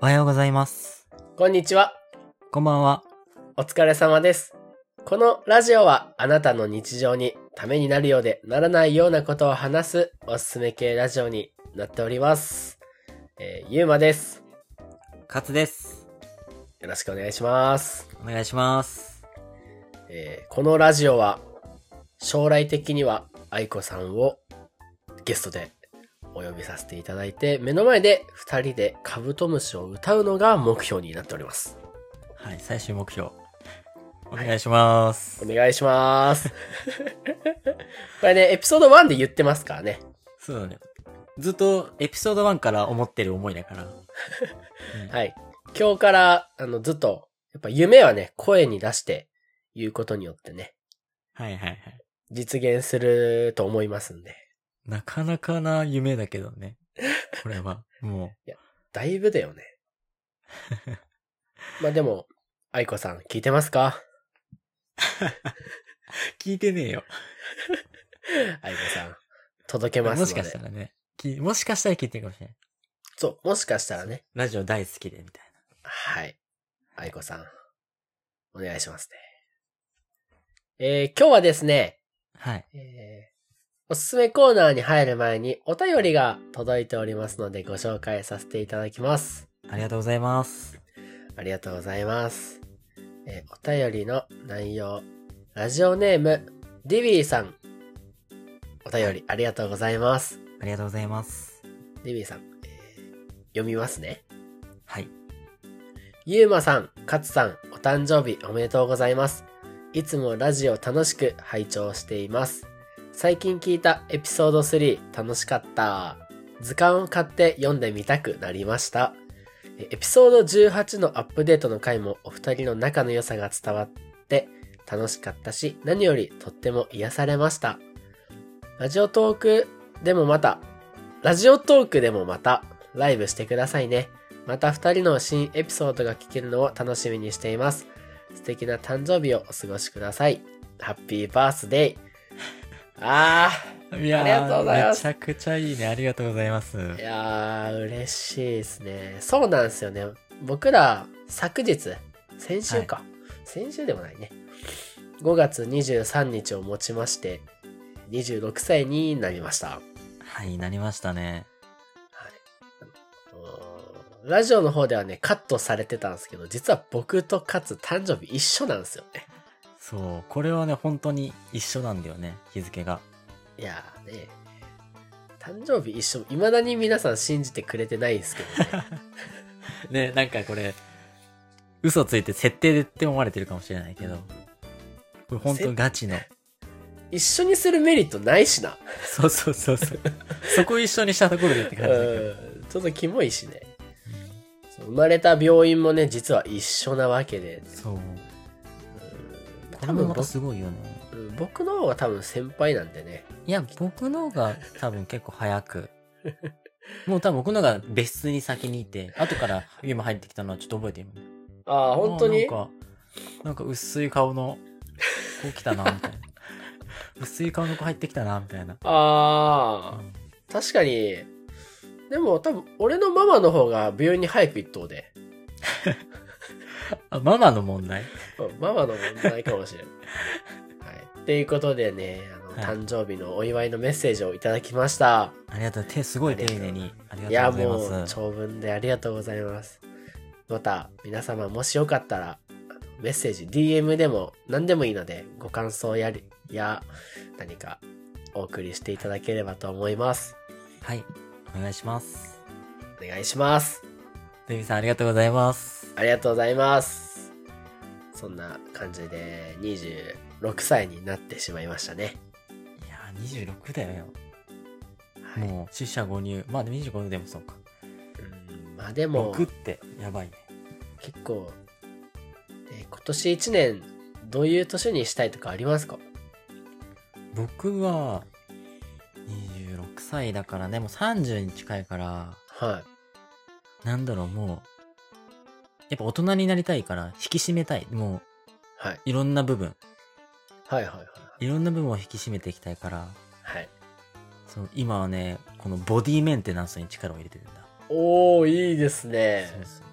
おはようございます。 こんにちは。 こんばんは。 お疲れ様です。このラジオはあなたの日常にためになるようでならないようなことを話すおすすめ系ラジオになっております。ゆうまです。 カツです。 よろしくお願いします。 お願いします。 このラジオは将来的には愛子さんをゲストでお呼びさせていただいて、目の前で2人でカブトムシを歌うのが目標になっております。 はい、最終目標。お願いします。 お願いします。これね、エピソード1で言ってますからね。 そうだね。ずっとエピソード1から思ってる思いだから。 はい。今日から、ずっと、やっぱ夢はね、声に出して言うことによってね。 はいはいはい。 実現すると思いますんで。 なかなかな夢だけどね。これは、もう。 いや、だいぶだよね。まあでも、愛子さん、聞いてますか？ 聞いてねえよ。 愛子さん、届けますので。 もしかしたらね。もしかしたら聞いてるかもしれない。 そう、もしかしたらね。 ラジオ大好きで、みたいな。 はい。愛子さん、お願いしますね。今日はですね、 はい。 おすすめコーナーに入る前にお便りが届いておりますのでご紹介させていただきます。 ありがとうございます。 ありがとうございます。お便りの内容、ラジオネーム、ディビーさん。お便りありがとうございます。 ありがとうございます。 ディビーさん、読みますね。 はい。 ゆうまさん、かつさん、お誕生日おめでとうございます。いつもラジオ楽しく拝聴しています。最近聞いたエピソード3楽しかった。図鑑を買って読んでみたくなりました。エピソード18のアップデートの回もお二人の仲の良さが伝わって楽しかったし、何よりとっても癒されました。ラジオトークでもまたライブしてくださいね。また二人の新エピソードが聞けるのを楽しみにしています。素敵な誕生日をお過ごしください。ハッピーバースデー。いやー、ありがとうございます。 めちゃくちゃいいね。ありがとうございます。 いやー、嬉しいですね。そうなんですよね。僕ら、先週か。はい、先週でもないね。5月23日をもちまして、26歳になりました。 はい、なりましたね。 はい。ラジオの方ではね、カットされてたんですけど、実は僕とかつ誕生日一緒なんですよね。 そう、これはね、本当に一緒なんだよね、日付が。 いやーね、誕生日一緒、未だに皆さん信じてくれてないんですけどね。 ね、なんかこれ、嘘ついて設定でって思われてるかもしれないけど、これ本当ガチの。 一緒にするメリットないしな。 そう。そこ一緒にしたところでって感じだけど。 ちょっとキモいしね。生まれた病院もね、実は一緒なわけで、ね。 そう。多分またすごいよね。 僕の方が多分先輩なんでね。 いや、僕の方が多分結構早く。もう多分僕の方が別室に先にいて、後から今入ってきたのはちょっと覚えてるもん。 ああ、本当になんか薄い顔の子来たな、みたいな。薄い顔の子入ってきたな、みたいな。 ああ、確かに。でも多分俺のママの方が病院に早く行っとうで。 あ、ママの問題？ ママの問題かもしれん。はい。っていうことでね、誕生日のお祝いのメッセージをいただきました。 ありがとう。すごい丁寧にありがとうございます。 いや、もう長文でありがとうございます。また、皆様もしよかったら、メッセージ、DM でも何でもいいので、ご感想や何かお送りしていただければと思います。 はい。お願いします。 お願いします。 デビさんありがとうございます。 ありがとうございます。そんな感じで26歳になってしまいましたね。 いやー、26だよ。 はい、 もう、四捨五入。まあ、でも25でもそうか。 まあでも。 6ってやばいね。 結構、今年1年、どういう年にしたいとかありますか？ 僕は、26歳だからね、もう30に近いから、 はい。 なんだろう、もう、やっぱ大人になりたいから、引き締めたい。もう、 はい。 いろんな部分。 はいはいはい。 いろんな部分を引き締めていきたいから、 はい。 そう、今はね、このボディメンテナンスに力を入れてるんだ。 おー、いいですね。 そう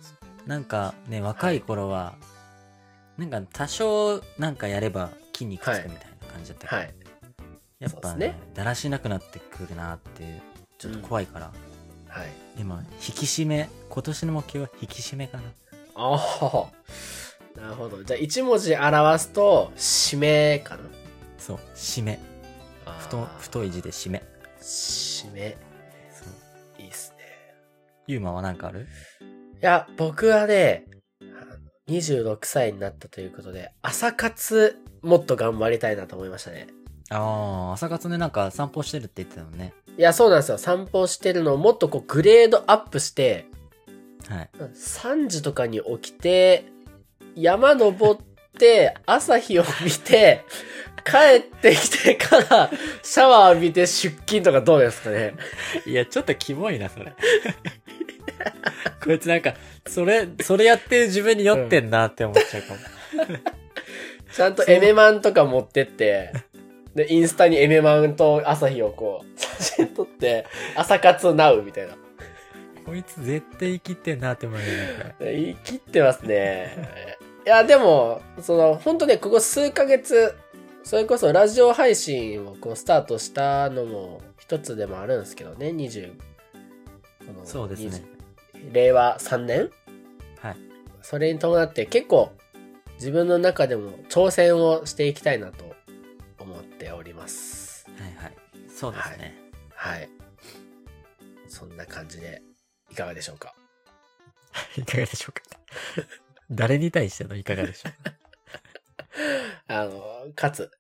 なんかね、若い頃は、なんか多少なんかやれば筋肉つくみたいな感じだったけど、 はい。 やっぱそうですね、だらしなくなってくるなっていう、ちょっと怖いから、 はい。 今、引き締め、今年の目標は引き締めかな。 ああ。なるほど。じゃあ、一文字表すと、締めかな。 そう、締め。太い字で締め。 締め。 そう。 いいっすね。 ゆうまはなんかある？ いや、僕はね、26歳になったということで、朝活もっと頑張りたいなと思いましたね。 ああ、朝活ね、なんか散歩してるって言ってたのね。 いや、そうなんですよ。散歩してるのをもっとこうグレードアップして、 はい。 3時とかに起きて、山登って、朝日を見て、帰ってきてからシャワー浴びて出勤とかどうですかね。 いや、ちょっとキモいな、それ。こいつなんか、それやってる自分に酔ってんなって思っちゃうかも。 ちゃんとエメマンとか持ってって、で、インスタにエメマンと朝日をこう、写真撮って、朝活ナウみたいな。 こいつ絶対生きてんなって思うよね。 生きってますね。いや、でも、ほんとね、ここ数ヶ月、それこそラジオ配信をこうスタートしたのも一つでもあるんですけどね、 そうですね。 令和3年？ はい。 それに伴って結構自分の中でも挑戦をしていきたいなと思っております。 はいはい。そうですね。 はい。そんな感じでいかがでしょうか？ いかがでしょうか？誰に対してのいかがでしょうかつ、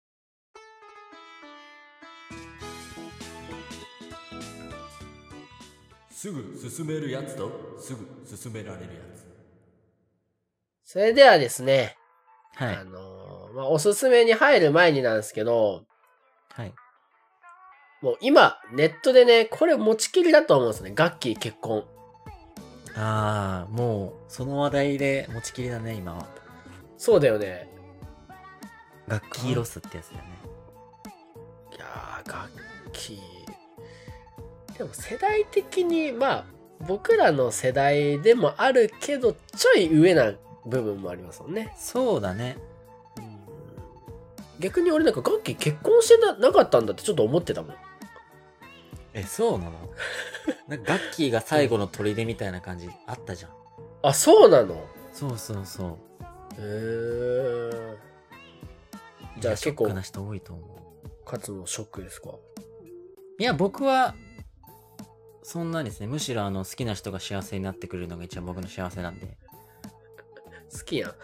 すぐ進めるやつとすぐ進められるやそれではですね、 つ。はい。 おすすめに入る前になんですけど、 はい。 もう今、ネットでね、これ持ちきりだと思うんですね。ガッキー結婚。 ああ、もう、その話題で持ちきりだね、今は。 そうだよね。 楽器ロスってやつだよね。 いやー、ガッキー。でも世代的に、まあ、僕らの世代でもあるけど、ちょい上な部分もありますもんね。 そうだね。 逆に俺なんかガッキー結婚してなかったんだってちょっと思ってたもん。 そうなの？なんかガッキーが最後の砦みたいな感じあったじゃん。 あ、そうなの？ そうそうそう。 じゃあ結構、 ショックな人多いと思う。 カツもショックですか？ いや、僕は、そんなですね。むしろ好きな人が幸せになってくれるのが一番僕の幸せなんで。 好きやん。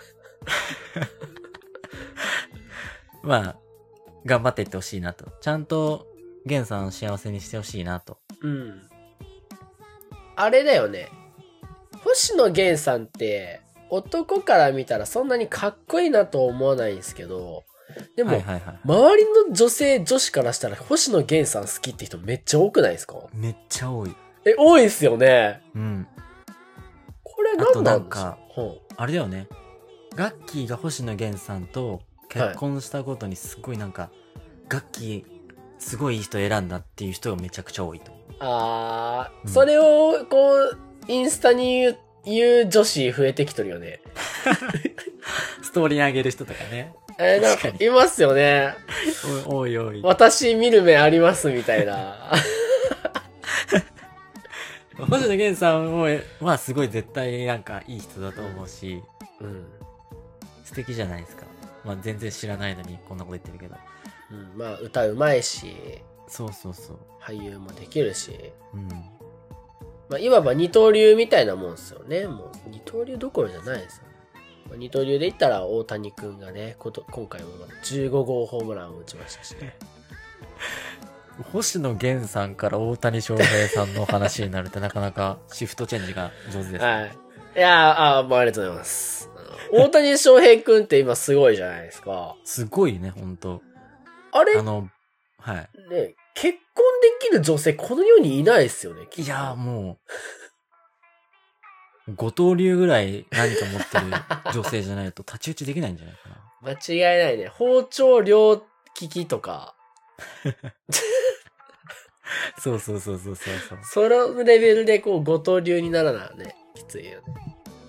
まあ、頑張っていってほしいなと。ちゃんと、ゲンさんを幸せにしてほしいなと。 うん。あれだよね。星野源さんって、男から見たらそんなにかっこいいなと思わないんですけど、でも、 はいはいはい。 周りの女子からしたら星野源さん好きって人めっちゃ多くないですか？ めっちゃ多い。 多いですよね。 うん。 これ何なんですか？ あれだよね。ガッキーが星野源さんと結婚したことにすごいなんか、ガッキー、すごいいい人選んだっていう人がめちゃくちゃ多いと思う。 それを、こう、インスタに言う女子増えてきとるよね。 ストーリーに上げる人とかね。 なんか、いますよね。 おいおい。 私見る目ありますみたいな。 星野源さんも、まあすごい絶対なんかいい人だと思うし、素敵じゃないですか。まあ全然知らないのにこんなこと言ってるけど。 まあ歌うまいし、 そうそうそう。 俳優もできるし、 まあいわば二刀流みたいなもんですよね。もう二刀流どころじゃないですよね。二刀流で言ったら大谷くんがね、今回も15号ホームランを打ちましたしね。 星野源さんから大谷翔平さんの話になるとなかなかシフトチェンジが上手です、ね。 はい。いやもうありがとうございます。大谷翔平くんって今すごいじゃないですか。 すごいね、ほんと。 あれはい。 ね、結婚できる女性この世にいないですよね。 いやもう、五刀流ぐらい何か持ってる女性じゃないと太刀打ちできないんじゃないかな。 間違いないね。包丁両利きとか。 そう。 そのレベルでこう、五刀流にならなね、きついよね。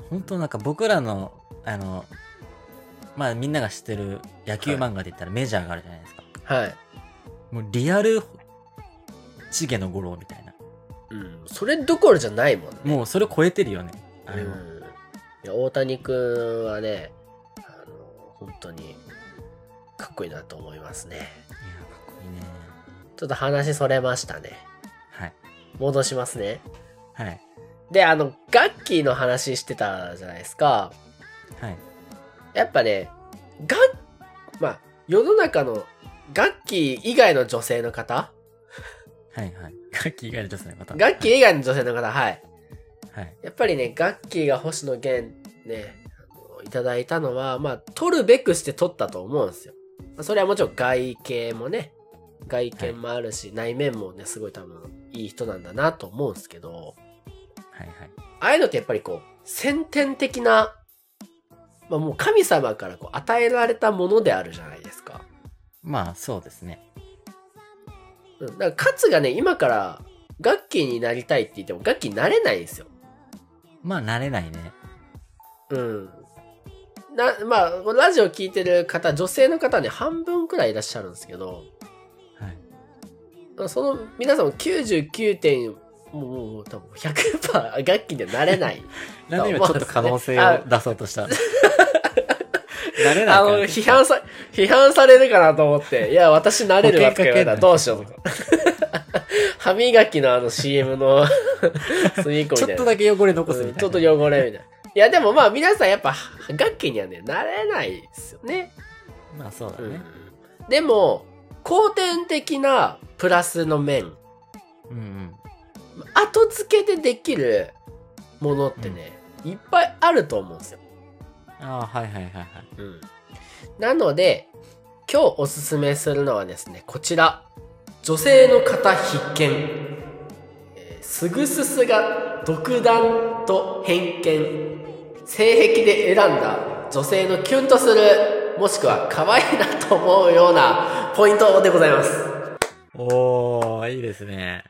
本当なんか僕らの、まあみんなが知ってる野球漫画で言ったらメジャーがあるじゃないですか。 はい。 もうリアル、重野五郎みたいな。 うん。それどころじゃないもんね。 もうそれ超えてるよね。あれは。 いや、大谷くんはね、本当に、かっこいいなと思いますね。いや、かっこいいね。 ちょっと話それましたね。 はい。 戻しますね。 はい。 で、ガッキーの話してたじゃないですか。 はい。 やっぱね、まあ、世の中のガッキー以外の女性の方はいはい。ガッキー以外の女性の方。 ガッキー以外の女性の方、はい。 はい。 やっぱりね、ガッキーが星野源ね、いただいたのは、まあ、取るべくして取ったと思うんですよ。それはもちろん外見もね、外見もあるし、はい、内面もね、すごい多分いい人なんだなと思うんですけど、 はいはい。 ああいうのってやっぱりこう、先天的な、まあもう神様からこう与えられたものであるじゃないですか。 まあそうですね。 だから勝がね、今からガッキーになりたいって言ってもガッキーになれないんですよ。 まあなれないね。 うん。まあ、ラジオ聞いてる方、女性の方ね、半分くらいいらっしゃるんですけど、はい。その皆さんも99点、もう多分 100% 楽器にはなれない。 なんで今ちょっと可能性を出そうとしたなれない批判されるかなと思って、いや、私なれるわって言われたらどうしようとか。歯磨きのCM の隅っこみたいな。 ちょっとだけ汚れ残すみたいな。 ちょっと汚れみたいな。いや、でもまあ皆さんやっぱ楽器にはね、なれないですよね。 まあそうだね。 でも、後天的なプラスの面。 うんうん。 後付けでできるものってね、いっぱいあると思うんですよ。 ああ、はいはいはいはい。 うん。なので、今日おすすめするのはですね、こちら。女性の方必見。すぐすすが独断と偏見。性癖で選んだ女性のキュンとする、もしくは可愛いなと思うようなポイントでございます。 おー、いいですね。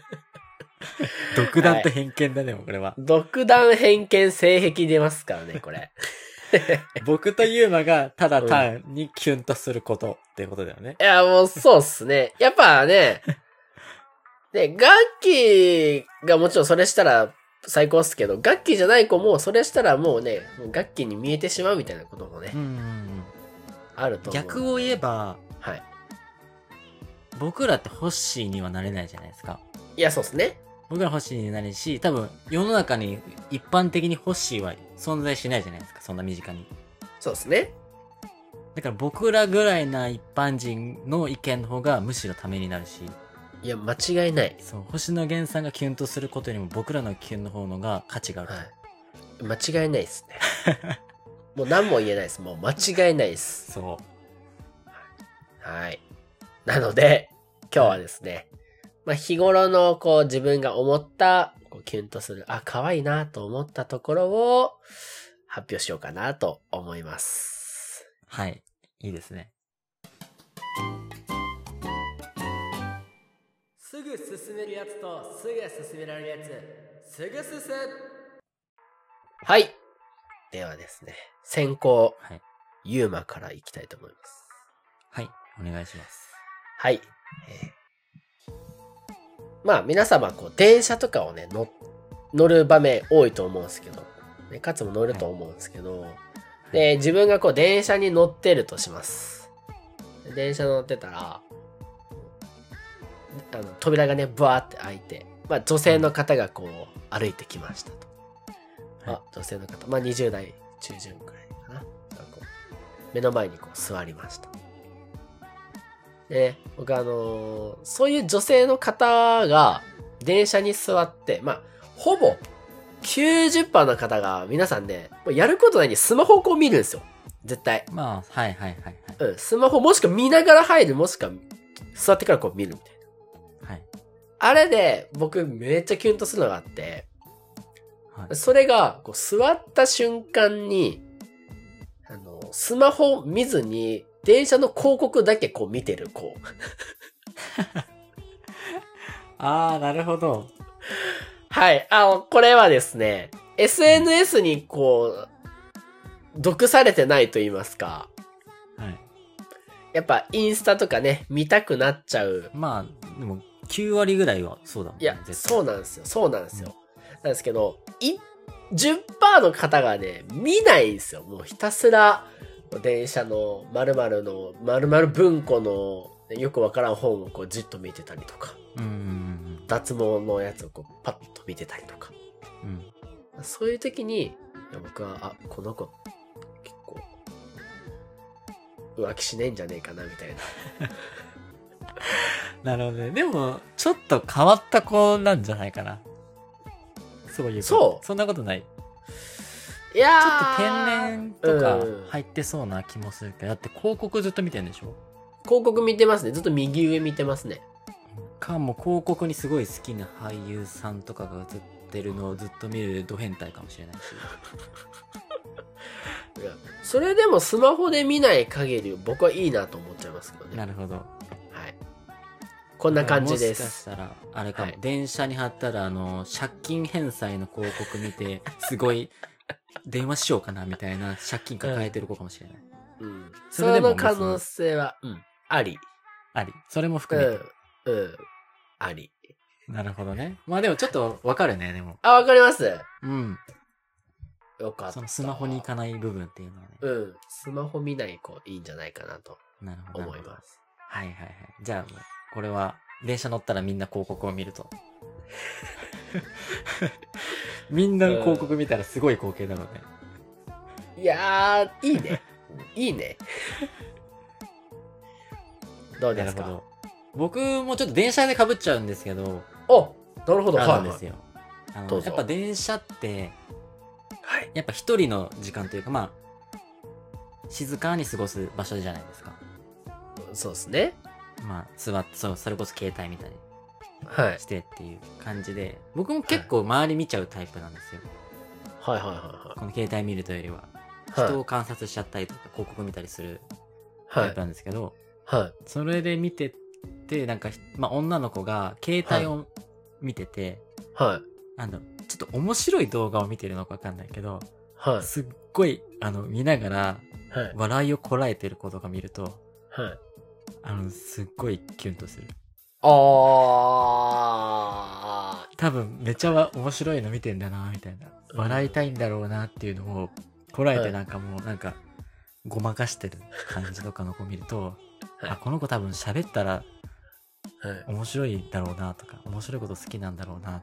独断と偏見だね、これは。 独断偏見性癖出ますからね、これ。 僕とユーマがただ単にキュンとすることってことだよね。 いや、もうそうっすね。やっぱね、で、ガッキーがもちろんそれしたら最高っすけど、ガッキーじゃない子もそれしたらもうね、もうガッキーに見えてしまうみたいなこともね、あると思う。 逆を言えば、 はい。 僕らってホッシーにはなれないじゃないですか。 いや、そうっすね。 僕らホッシーになれるし、多分世の中に一般的にホッシーは存在しないじゃないですか、そんな身近に。 そうですね。 だから僕らぐらいな一般人の意見の方がむしろためになるし。 いや、間違いない。 そう、星野源さんがキュンとすることよりも僕らのキュンの方のが価値がある。はい。 間違いないですね。もう何も言えないです。もう間違いないです。 そう。 はい。なので、今日はですね、まあ、日頃のこう自分が思ったこうキュンとする、あ、可愛いなと思ったところを発表しようかなと思います。 はい。いいですね。 すぐ進めるやつとすぐ進められるやつ、すぐ進む。はい。ではですね、先行、はい、ゆうまからいきたいと思います。 はい。お願いします。 はい。まあ皆様こう電車とかをね乗る場面多いと思うんですけど、ね、かつも乗ると思うんですけど、はい、で自分がこう電車に乗ってるとします。電車乗ってたら扉がねブワーって開いて、まあ女性の方がこう歩いてきましたと。はい、あ、女性の方、まあ20代中旬くらいかな。こう目の前にこう座りました。で、僕そういう女性の方が電車に座って、まあ、ほぼ 90% の方が皆さんね、やることないんでスマホをこう見るんですよ。絶対。 まあ、はいはいはい、はい。 うん、スマホもしくは見ながら入る、もしくは座ってからこう見るみたいな。はい。あれで僕めっちゃキュンとするのがあって、はい、それがこう座った瞬間に、スマホ見ずに、電車の広告だけこう見てる子。 ああ、なるほど。 はい。これはですね、 SNS にこう、毒されてないと言いますか。 はい。 やっぱインスタとかね、見たくなっちゃう。 まあ、でも9割ぐらいはそうだもんね。 いや、そうなんですよ。そうなんですよ。なんですけど、10% の方がね、見ないんですよ。もうひたすら、電車の〇〇の、〇〇文庫の、よくわからん本をこうじっと見てたりとか。脱毛のやつをこうパッと見てたりとか。そういう時に、いや僕は、この子、結構、浮気しねえんじゃねえかな、みたいな。なるほどね。でも、ちょっと変わった子なんじゃないかな。そういう。 そう。 そんなことない。 いやー。 ちょっと天然とか入ってそうな気もするけど、だって広告ずっと見てんでしょ？ 広告見てますね。ずっと右上見てますね。 かも広告にすごい好きな俳優さんとかが映ってるのをずっと見るド変態かもしれないし。 いや、それでもスマホで見ない限り僕はいいなと思っちゃいますけどね。 なるほど。はい。 こんな感じです。 もしかしたら、あれかも、電車に貼ったら、借金返済の広告見て、すごい、電話しようかな、みたいな借金抱えてる子かもしれない。 それの可能性は、あり。 あり。それも含めて。 あり。 なるほどね。まあでもちょっとわかるね、でも。 わかります。よかった。 そのスマホに行かない部分っていうのはね。 スマホ見ない子いいんじゃないかなと思います。 はいはいはい。じゃあもう、これは、電車乗ったらみんな広告を見ると。みんな広告見たらすごい光景だろうね。 いやー、いいね。いいね。どうですか？なるほど。 僕もちょっと電車で被っちゃうんですけど。 なるほど。 あるんですよ。やっぱ電車って、やっぱ一人の時間というか、まあ、静かに過ごす場所じゃないですか。 そうですね。 まあ、座って、それこそ携帯見たりしてっていう感じで、僕も結構周り見ちゃうタイプなんですよ。この携帯見るというよりは、人を観察しちゃったりとか、広告見たりするタイプなんですけど、それで見てて、なんか、まあ、女の子が携帯を見てて、ちょっと面白い動画を見てるのかわかんないけど、すっごい、見ながら、笑いをこらえてる子とか見ると、すっごいキュンとする。多分、めちゃ面白いの見てんだな、みたいな。笑いたいんだろうなっていうのを、こらえてなんかもう、なんか、ごまかしてる感じとかの子見ると、この子多分喋ったら、面白いだろうなとか、面白いこと好きなんだろうなって。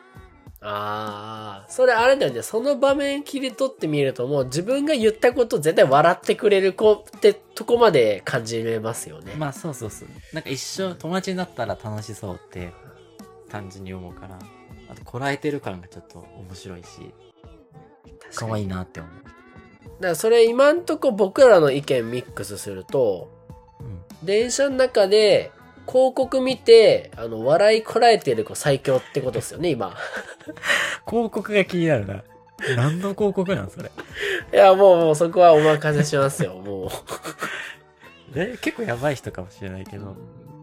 それあれだよね。その場面切り取ってみるともう自分が言ったこと絶対笑ってくれる子ってとこまで感じれますよね。 まあそうそうそう。なんか一生友達になったら楽しそうって単純に思うから、あとこらえてる感がちょっと面白いし、可愛いなって思う。だからそれ今んとこ僕らの意見ミックスすると、電車の中で広告見て、笑いこらえてる子最強ってことですよね、今。 広告が気になるな。何の広告なんそれ。 いや、もうそこはお任せしますよ、もう。結構やばい人かもしれないけど。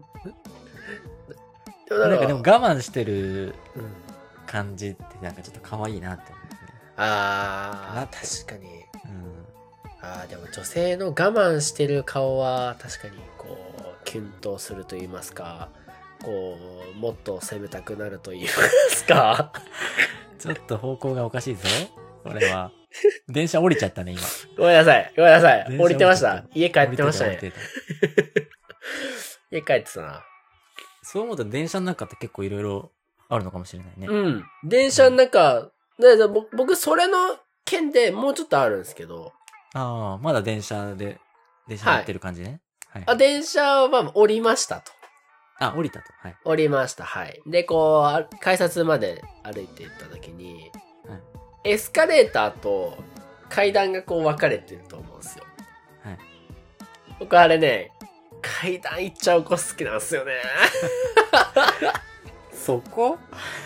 なんかでも我慢してる感じってなんかちょっと可愛いなって思うんですね。 確かに。でも女性の我慢してる顔は確かにこう、キュンとすると言いますか、こう、もっと攻めたくなると言いますか。 ちょっと方向がおかしいぞ。これは。電車降りちゃったね、今。 ごめんなさい。降りてました。家帰ってましたね。家帰ってたな。 そう思うと電車の中って結構いろいろあるのかもしれないね。 電車の中、僕それの件でもうちょっとあるんですけど。 まだ電車乗ってる感じね。 電車は降りましたと。 降りたと。 降りました。で、こう、改札まで歩いていった時に、エスカレーターと階段がこう分かれてると思うんですよ。僕あれね、階段行っちゃう子好きなんですよね。 そこ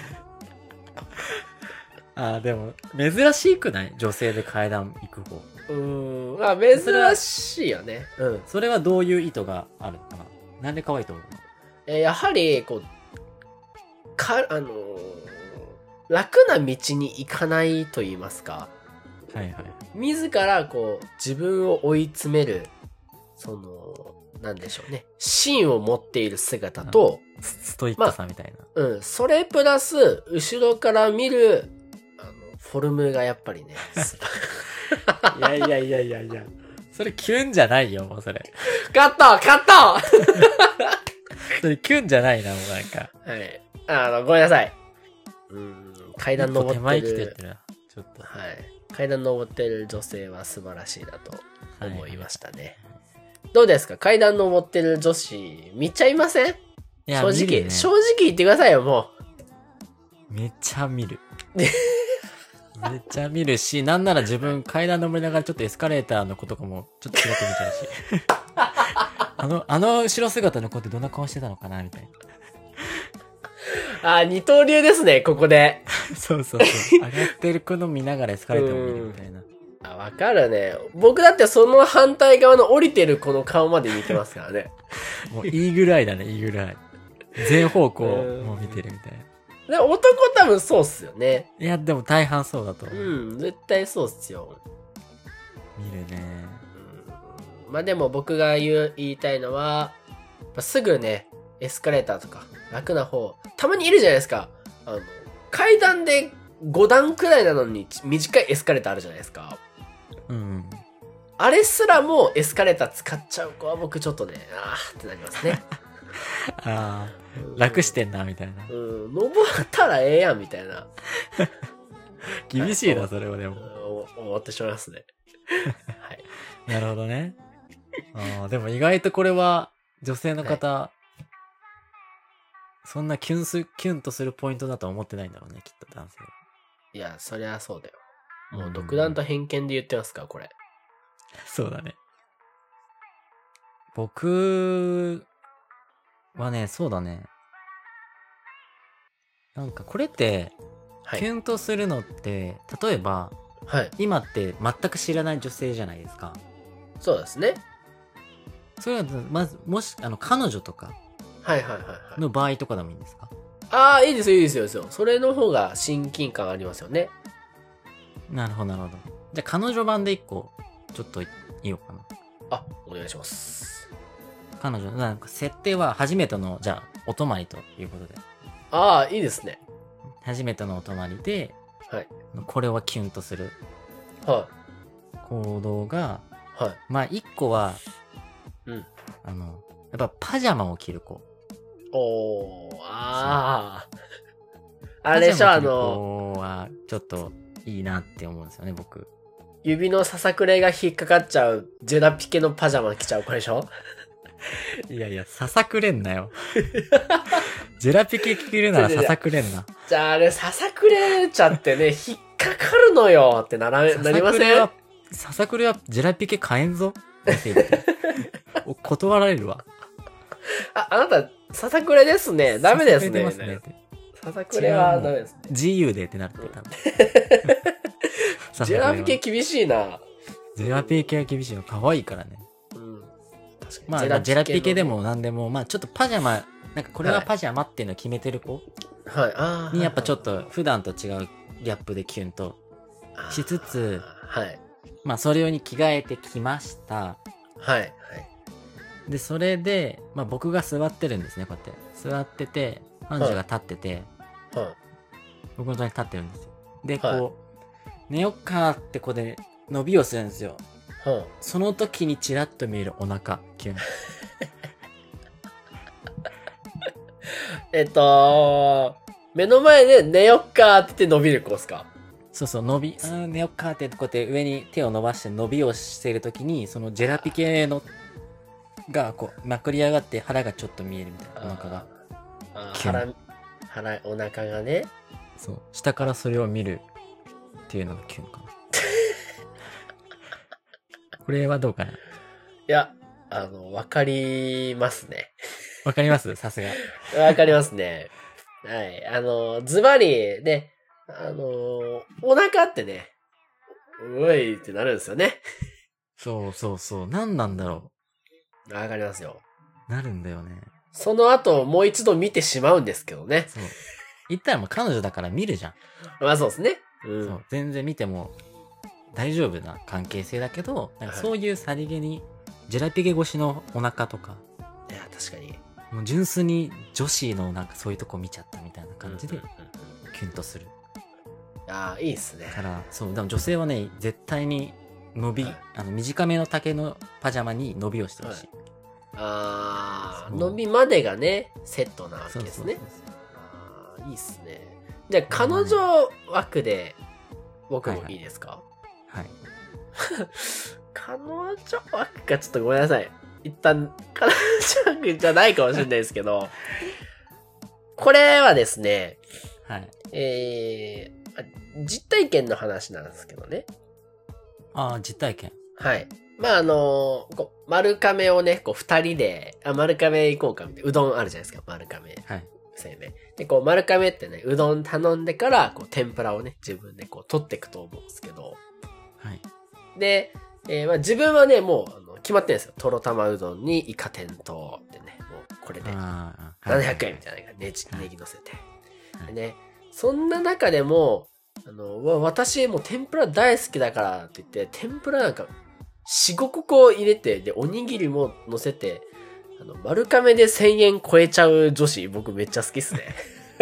でも、珍しくない女性で階段行く方。 珍しいよね。 それはどういう意図があるのかな？なんで可愛いと思うの？ やはり、こう、 楽な道に行かないと言いますか。 はいはい。 自らこう、自分を追い詰める、なんでしょうね。芯を持っている姿と、 ストイックさみたいな。それプラス、後ろから見る、フォルムがやっぱりね。 いや。それキュンじゃないよ、もうそれ。 カットそれキュンじゃないな、もうなんか。 はい。ごめんなさい。階段登ってる。 手前来てるな、ちょっと。 はい。階段登ってる女性は素晴らしいなと思いましたね。はい、どうですか？階段登ってる女子、見ちゃいません？正直、ね、正直言ってくださいよ、もう。めっちゃ見る。めっちゃ見るし、なんなら自分階段登りながらちょっとエスカレーターの子とかもちょっとちらっと見ちゃうし。あの後ろ姿の子ってどんな顔してたのかなみたいな。二刀流ですね、ここで。 そう。上がってる子の見ながらエスカレーターを見るみたいな。 わかるね。僕だってその反対側の降りてる子の顔まで見てますからね。 もういいぐらいだね、いいぐらい。全方向も見てるみたいな。 で、男多分そうっすよね。 いや、でも大半そうだと思う。絶対そうっすよ。 見るね。 まあでも僕が言いたいのは、すぐね、エスカレーターとか楽な方、たまにいるじゃないですか。階段で5段くらいなのに短いエスカレーターあるじゃないですか。あれすらもエスカレーター使っちゃう子は僕ちょっとね、ってなりますね。 楽してんな、みたいな。 登ったらええやん、みたいな。 厳しいな、それはでも。 思ってしまいますね。はい。 なるほどね。でも意外とこれは女性の方、そんなキュンとするポイントだとは思ってないんだろうね、きっと男性は。 いや、そりゃそうだよ。もう独断と偏見で言ってますから、これ。 そうだね。僕はね、そうだね。なんかこれって、キュンとするのって、例えば、今って全く知らない女性じゃないですか。 そうですね。 それは、まず、もし、彼女とか、の場合とかでもいいんですか？ いいですよ、いいですよ。それの方が親近感ありますよね。 なるほど。じゃあ、彼女版で一個、ちょっと言おうかな。 お願いします。 彼女、なんか設定は初めての、じゃあ、お泊まりということで。 いいですね。 初めてのお泊まりで、これはキュンとする。行動が、まあ、一個は、やっぱパジャマを着る子。 あれでしょ、 子は、ちょっといいなって思うんですよね、僕。 指のささくれが引っかかっちゃう、ジェラピケのパジャマ着ちゃう子でしょ？ いや、ささくれんなよ。ジェラピケ着るならささくれんな。 じゃああれ、ささくれちゃってね、引っかかるのよってなりません？ ささくれはジェラピケ買えんぞ。断られるわ。 あなた、ささくれですね。ダメですね。ささくれはダメですね。 自由でってなってたんで。 ジェラピケ厳しいな。 ジェラピケは厳しいの。可愛いからね。確かに。まあ、ジェラピケでも何でも、まあちょっとパジャマ、なんかこれはパジャマっていうのを決めてる子にやっぱちょっと普段と違うギャップでキュンとしつつ、まあそれ用に着替えてきました。で、それで、まあ僕が座ってるんですね、こうやって。座ってて、彼女が立ってて、僕の隣に立ってるんですよ。で、こう、寝よっかってここで伸びをするんですよ。その時にチラッと見えるお腹、キュン。 目の前で寝よっかって言って伸びる子ですか？ そう、寝よっかってこうやって上に手を伸ばして伸びをしている時に、そのジェラピケの、がこうまくり上がって腹がちょっと見えるみたいな、お腹が。 お腹がね。 そう。下からそれを見るっていうのがキュンかな。これはどうかな？いや、わかりますね。 わかります？さすが。 わかりますね。はい。ズバリ、ね、お腹ってね、ういってなるんですよね。 そう。何なんだろう。わかりますよ。 なるんだよね。 その後、もう一度見てしまうんですけどね。 そう。 言ったらもう彼女だから見るじゃん。 まあそうですね。うん。 そう。全然見ても大丈夫な関係性だけど、なんかそういうさりげに、ジェラピゲ越しのお腹とか。 いや、確かに。 もう純粋に女子のなんかそういうとこ見ちゃったみたいな感じで、キュンとする。 ああ、いいっすね。 から、そう、でも女性はね、絶対に短めの丈のパジャマに伸びをしてほしい。 ああ、伸びまでがね、セットなわけですね。ああ、いいっすね。じゃあ、彼女枠で、僕もいいですか？ はい。 彼女枠か、ちょっとごめんなさい。一旦、彼女枠じゃないかもしれないですけど、これはですね、 はい。 実体験の話なんですけどね。 ああ、実体験。 はい。まあ、丸亀をね、二人で、丸亀行こうかみたいな。うどんあるじゃないですか、丸亀。 はい。 製麺。で、丸亀ってね、うどん頼んでから、天ぷらをね、自分で取っていくと思うんですけど。 はい。 で、まあ自分はね、もう、決まってるんですよ。とろ玉うどんにイカ天と、ってね、もう、これで、700円みたいなネギ乗せて。でね、そんな中でも、私もう天ぷら大好きだからって言って、天ぷらなんか、4、5個入れて、で、おにぎりも乗せて、丸亀で1000円超えちゃう女子、僕めっちゃ好きっすね。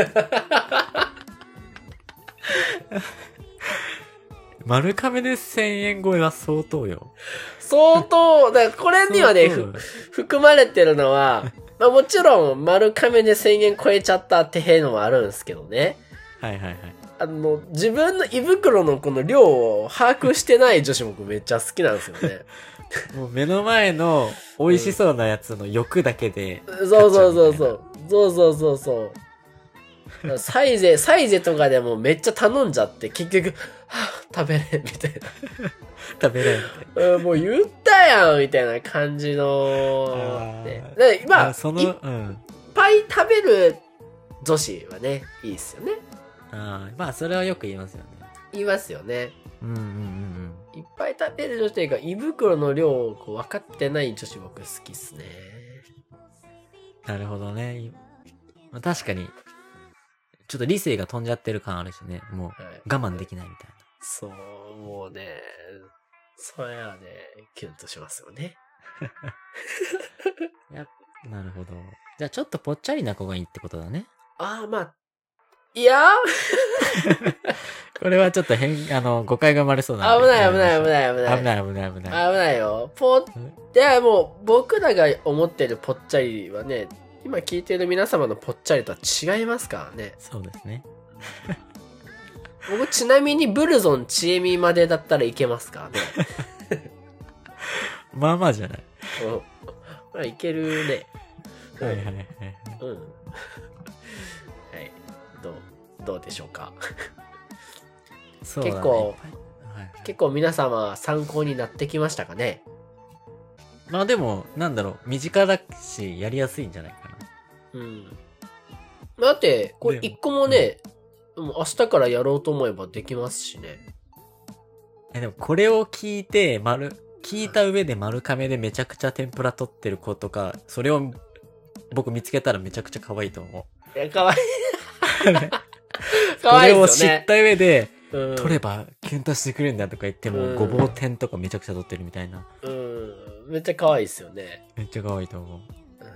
丸亀で1000円超えは相当よ。 相当、だからこれにはね、含まれてるのは、まあもちろん丸亀で1000円超えちゃったっていうのもあるんですけどね。 はいはいはい。 自分の胃袋のこの量を把握してない女子僕めっちゃ好きなんですよね。 もう目の前の美味しそうなやつの欲だけで、 そうそうそうそう。そうそうそうそう。サイゼとかでもめっちゃ頼んじゃって、結局、食べれんみたいな。 食べれんみたいな。もう言ったやんみたいな感じの、ね。まあ、いっぱい食べる女子はね、いいっすよね。 まあ、それはよく言いますよね。 言いますよね。 うんうんうん。 いっぱい食べる女子というか、胃袋の量を分かってない女子僕好きっすね。 なるほどね。確かに、ちょっと理性が飛んじゃってる感あるしね。もう、我慢できないみたいな。 そう、もうね、それはね、キュンとしますよね。 なるほど。じゃあちょっとぽっちゃりな子がいいってことだね。 まあ、いやこれはちょっと誤解が生まれそうなんで。危ない危ないよ。いや、もう、僕らが思ってるぽっちゃりはね、今聞いてる皆様のぽっちゃりとは違いますからね。 そうですね。 僕ちなみにブルゾンちえみまでだったらいけますからね。 まあまあじゃない。 まあいけるね。 はいはいはい。 はい。どうでしょうか。 そうだね、 結構皆様参考になってきましたかね。 まあでも、なんだろう、身近だし、やりやすいんじゃないかな。 だって、これ一個もね、明日からやろうと思えばできますしね。 でもこれを聞いて、聞いた上で丸亀でめちゃくちゃ天ぷら取ってる子とか、それを僕見つけたらめちゃくちゃ可愛いと思う。いや、可愛い。 可愛いですよね。これを知った上で、取ればキュンとしてくれるんだとか言っても、ごぼう天とかめちゃくちゃ取ってるみたいな。 めっちゃ可愛いですよね。 めっちゃ可愛いと思う。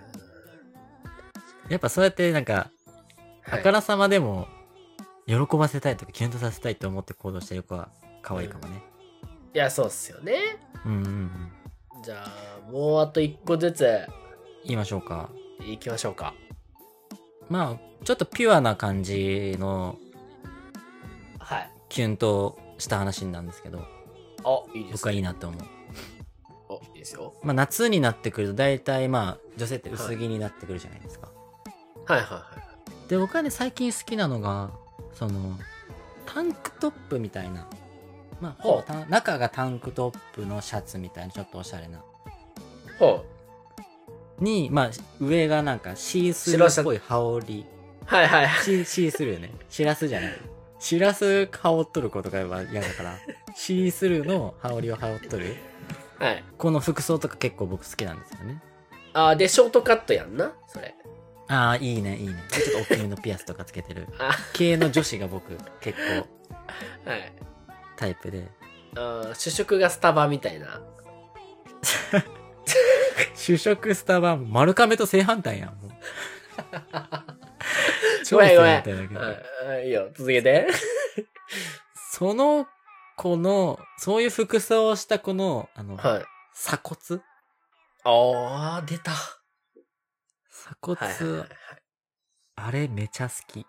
やっぱそうやってなんか、あからさまでも、喜ばせたいとかキュンとさせたいと思って行動してる子は可愛いかもね。 いや、そうっすよね。じゃあ、もうあと一個ずつ。 言いましょうか。 行きましょうか。 まあ、ちょっとピュアな感じの、 はい。 キュンとした話なんですけど。 いいですね。 僕はいいなって思う。 いいですよ。 まあ、夏になってくると大体まあ、女性って薄着になってくるじゃないですか。 はいはいはい。 で、僕はね、最近好きなのが、タンクトップみたいな。まあ、中がタンクトップのシャツみたいな、ちょっとおしゃれな。に、まあ、上がなんかシースルーっぽい羽織。 はいはいはい。 シースルーね。シラスじゃない。シラス羽織っとる子とかは嫌だから、シースルーの羽織を羽織っとる。 はい。 この服装とか結構僕好きなんですよね。 で、ショートカットやんなそれ。 ああ、いいね、いいね。ちょっと大きめのピアスとかつけてる。系の女子が僕、結構、はい。タイプで。 主食がスタバみたいな。 主食スタバ、丸亀と正反対やん、もう。 ごめんごめん。いいよ、続けて。 その子の、そういう服装をした子の、はい、鎖骨あー、出た。 鎖骨、あれめちゃ好き。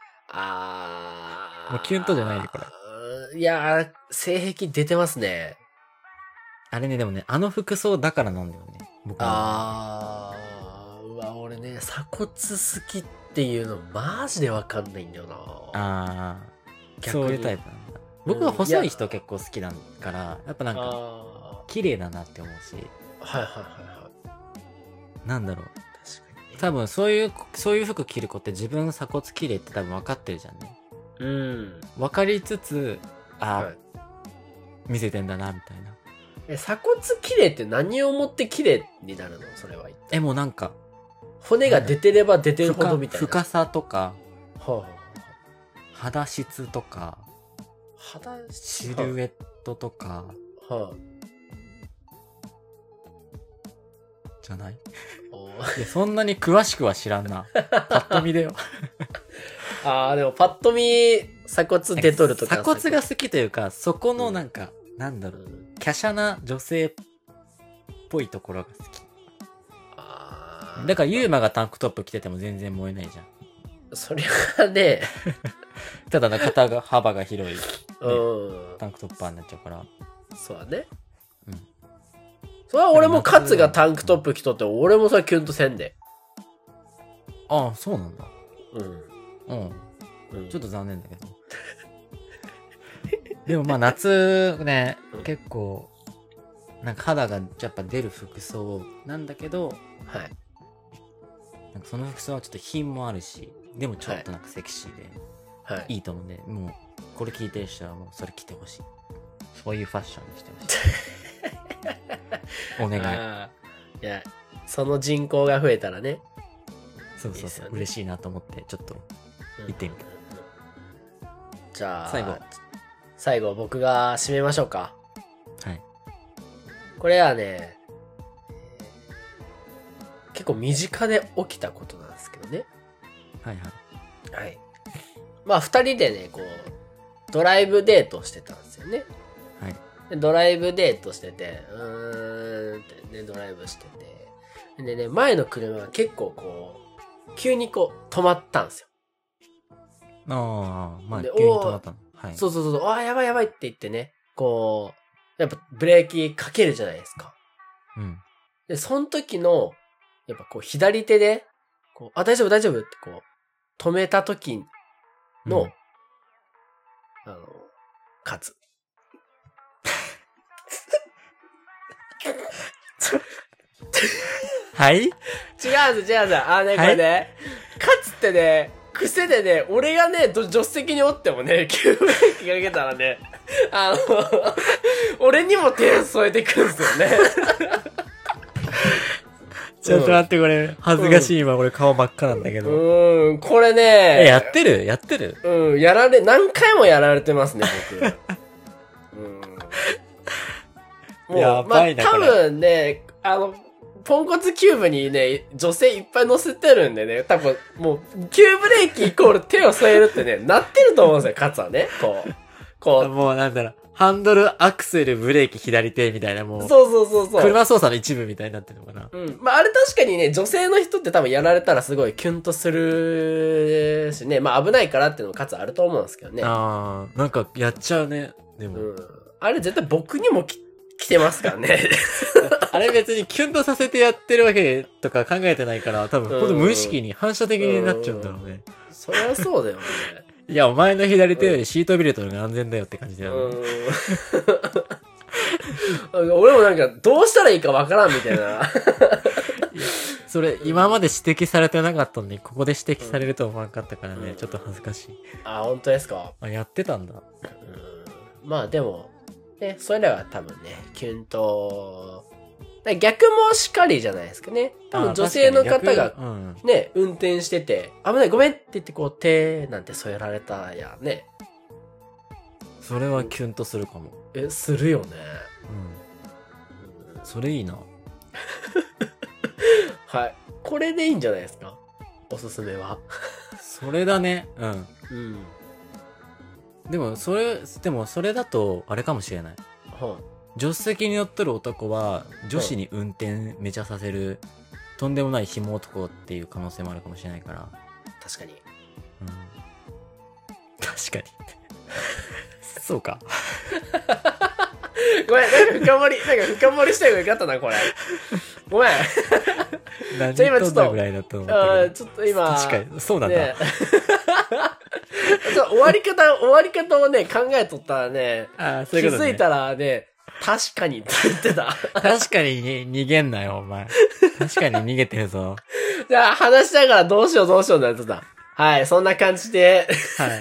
もうキュンとじゃないね、これ。いやー、性癖出てますね。 あれね、でもね、あの服装だからなんだよね。僕は。うわ、俺ね、鎖骨好きっていうのマジでわかんないんだよな。 そういうタイプなんだ。僕は細い人結構好きだから、やっぱなんか、綺麗だなって思うし。 はいはいはいはい。 なんだろう。確かに、ね。多分そういう服着る子って自分の鎖骨綺麗って多分分かってるじゃんね。 うん。 分かりつつ、はい、見せてんだな、みたいな。 鎖骨綺麗って何をもって綺麗になるのそれは。 もうなんか、 骨が出てれば出てるほどみたいな。 深さとか、肌質とか、シルエットとか、じゃない？いや、そんなに詳しくは知らんな。パッと見でよ。 でもパッと見、鎖骨出とるとか。 鎖骨が好きというか、そこのなんか、なんだろう、華奢な女性っぽいところが好き。だからユーマがタンクトップ着てても全然燃えないじゃん。 そりゃね。 ただの肩が幅が広い、ね、タンクトッパーになっちゃうから。 そうだね。うん。それは俺もカツがタンクトップ着とって、俺もそれキュンとせんで。 ああ、そうなんだ。うん。ちょっと残念だけど。でもまあ夏ね、結構、なんか肌がやっぱ出る服装なんだけど、はい。なんかその服装はちょっと品もあるし、でもちょっとなんかセクシーで、はい。いいと思うんで、もう、これ聞いてる人はもうそれ着てほしい。そういうファッションにしてほしい。お願い。 いや、その人口が増えたらね。 そうそうそう。嬉しいなと思って、ちょっと、行ってみた。 じゃあ、最後僕が締めましょうか。 はい。 これはね、結構身近で起きたことなんですけどね。 はいはい。 はい。まあ二人でね、こう、ドライブデートしてたんですよね。 はい。 でドライブデートしてて、ってね、ドライブしてて。でね、前の車が結構こう、急にこう、止まったんですよ。 まあ、急に止まったの。はい。 そうそうそう、やばいやばいって言ってね、こう、やっぱブレーキかけるじゃないですか。 うん。 で、その時の、やっぱこう左手で、こう、大丈夫大丈夫ってこう、止めた時の、カツ。 はい？違うぞ。これね、カツってね、癖でね、俺がね、助手席におってもね、急ブレーキかけたらね、俺にも手を添えてくんすよね。 ちょっと待って、これ、恥ずかしい今、俺顔真っ赤なんだけど。 これね。 やってる何回もやられてますね、僕。 やばいな、 多分ね、ポンコツキューブにね、女性いっぱい乗せてるんでね、多分、もう、急ブレーキイコール手を添えるってね、なってると思うんですよ、カツはね。こう。 もうなんだろう。ハンドル、アクセル、ブレーキ、左手みたいな、もう。 そう。 車操作の一部みたいになってるのかな。 うん。まあ、あれ確かにね、女性の人って多分やられたらすごいキュンとするしね、まあ危ないからっていうのもかつあると思うんですけどね。 なんかやっちゃうね、でも。 あれ絶対僕にも来てますからね。 あれ別にキュンとさせてやってるわけとか考えてないから、多分ほんと無意識に反射的になっちゃうんだろうね。 そりゃそうだよね。 いや、お前の左手よりシートベルトの方が安全だよって感じだよね。 俺もなんか、どうしたらいいかわからんみたいな。 それ、今まで指摘されてなかったのに、ここで指摘されると思わなかったからね、ちょっと恥ずかしい。 本当ですか？ やってたんだ。 まあでも、ね、それらは多分ね、キュンと逆もしかりじゃないですかね。多分女性の方がね、運転してて、危ないごめんって言ってこう手なんて添えられたやね。 それはキュンとするかも。 するよね。 それいいな。 はい。これでいいんじゃないですか？おすすめは。 それだね。でもそれだと、あれかもしれない。助手席に乗っとる男は、女子に運転めちゃさせる、とんでもない紐男っていう可能性もあるかもしれないから。 確かに。 確かに。そうか。 ごめん、深掘りしたい方がよかったな、これ。ごめん。 じゃあ今ちょっと、ぐらいだと思ったけど、 ちょっと今、 確かに、そうなんだ。ね、 ちょっと終わり方をね、考えとったらね、気づいたらね、確かにって言ってた。 確かに逃げんなよ、お前。確かに逃げてるぞ。 じゃあ話しながらどうしようってなってた。はい、そんな感じで。はい。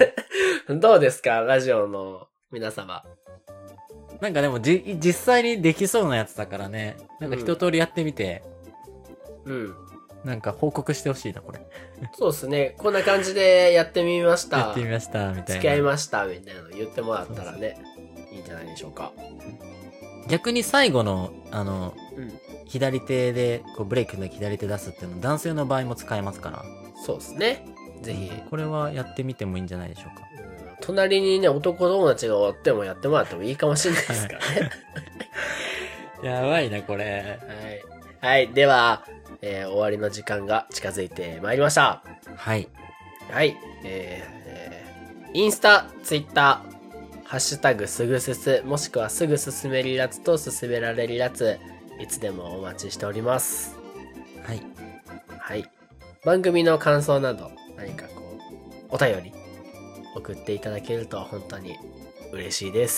どうですか、ラジオの皆様。 なんかでも実際にできそうなやつだからね。なんか一通りやってみて。なんか報告してほしいな、これ。 そうですね。こんな感じでやってみました。 やってみました、みたいな。 付き合いました、みたいなの言ってもらったらね、いいんじゃないでしょうか。 逆に最後の、左手で、こうブレーキの左手出すっていうの男性の場合も使えますから。 そうですね。ぜひ。 これはやってみてもいいんじゃないでしょうか。 隣にね、男友達がおってもやってもらってもいいかもしれないですからね。 やばいな、これ。 はい。はい。では、終わりの時間が近づいてまいりました。 はい。 はい。インスタ、ツイッター、ハッシュタグすぐすす、もしくはすぐ進めりらつと進められりらつ、いつでもお待ちしております。 はい。 はい。番組の感想など、何かこう、お便り、送っていただけると本当に嬉しいです。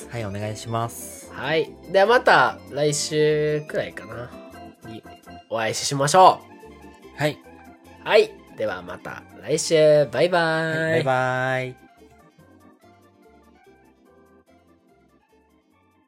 はい、お願いします。 はい。ではまた来週くらいかなにお会いしましょう。はい。 はい。ではまた来週。バイバーイ。 はい、バイバーイ。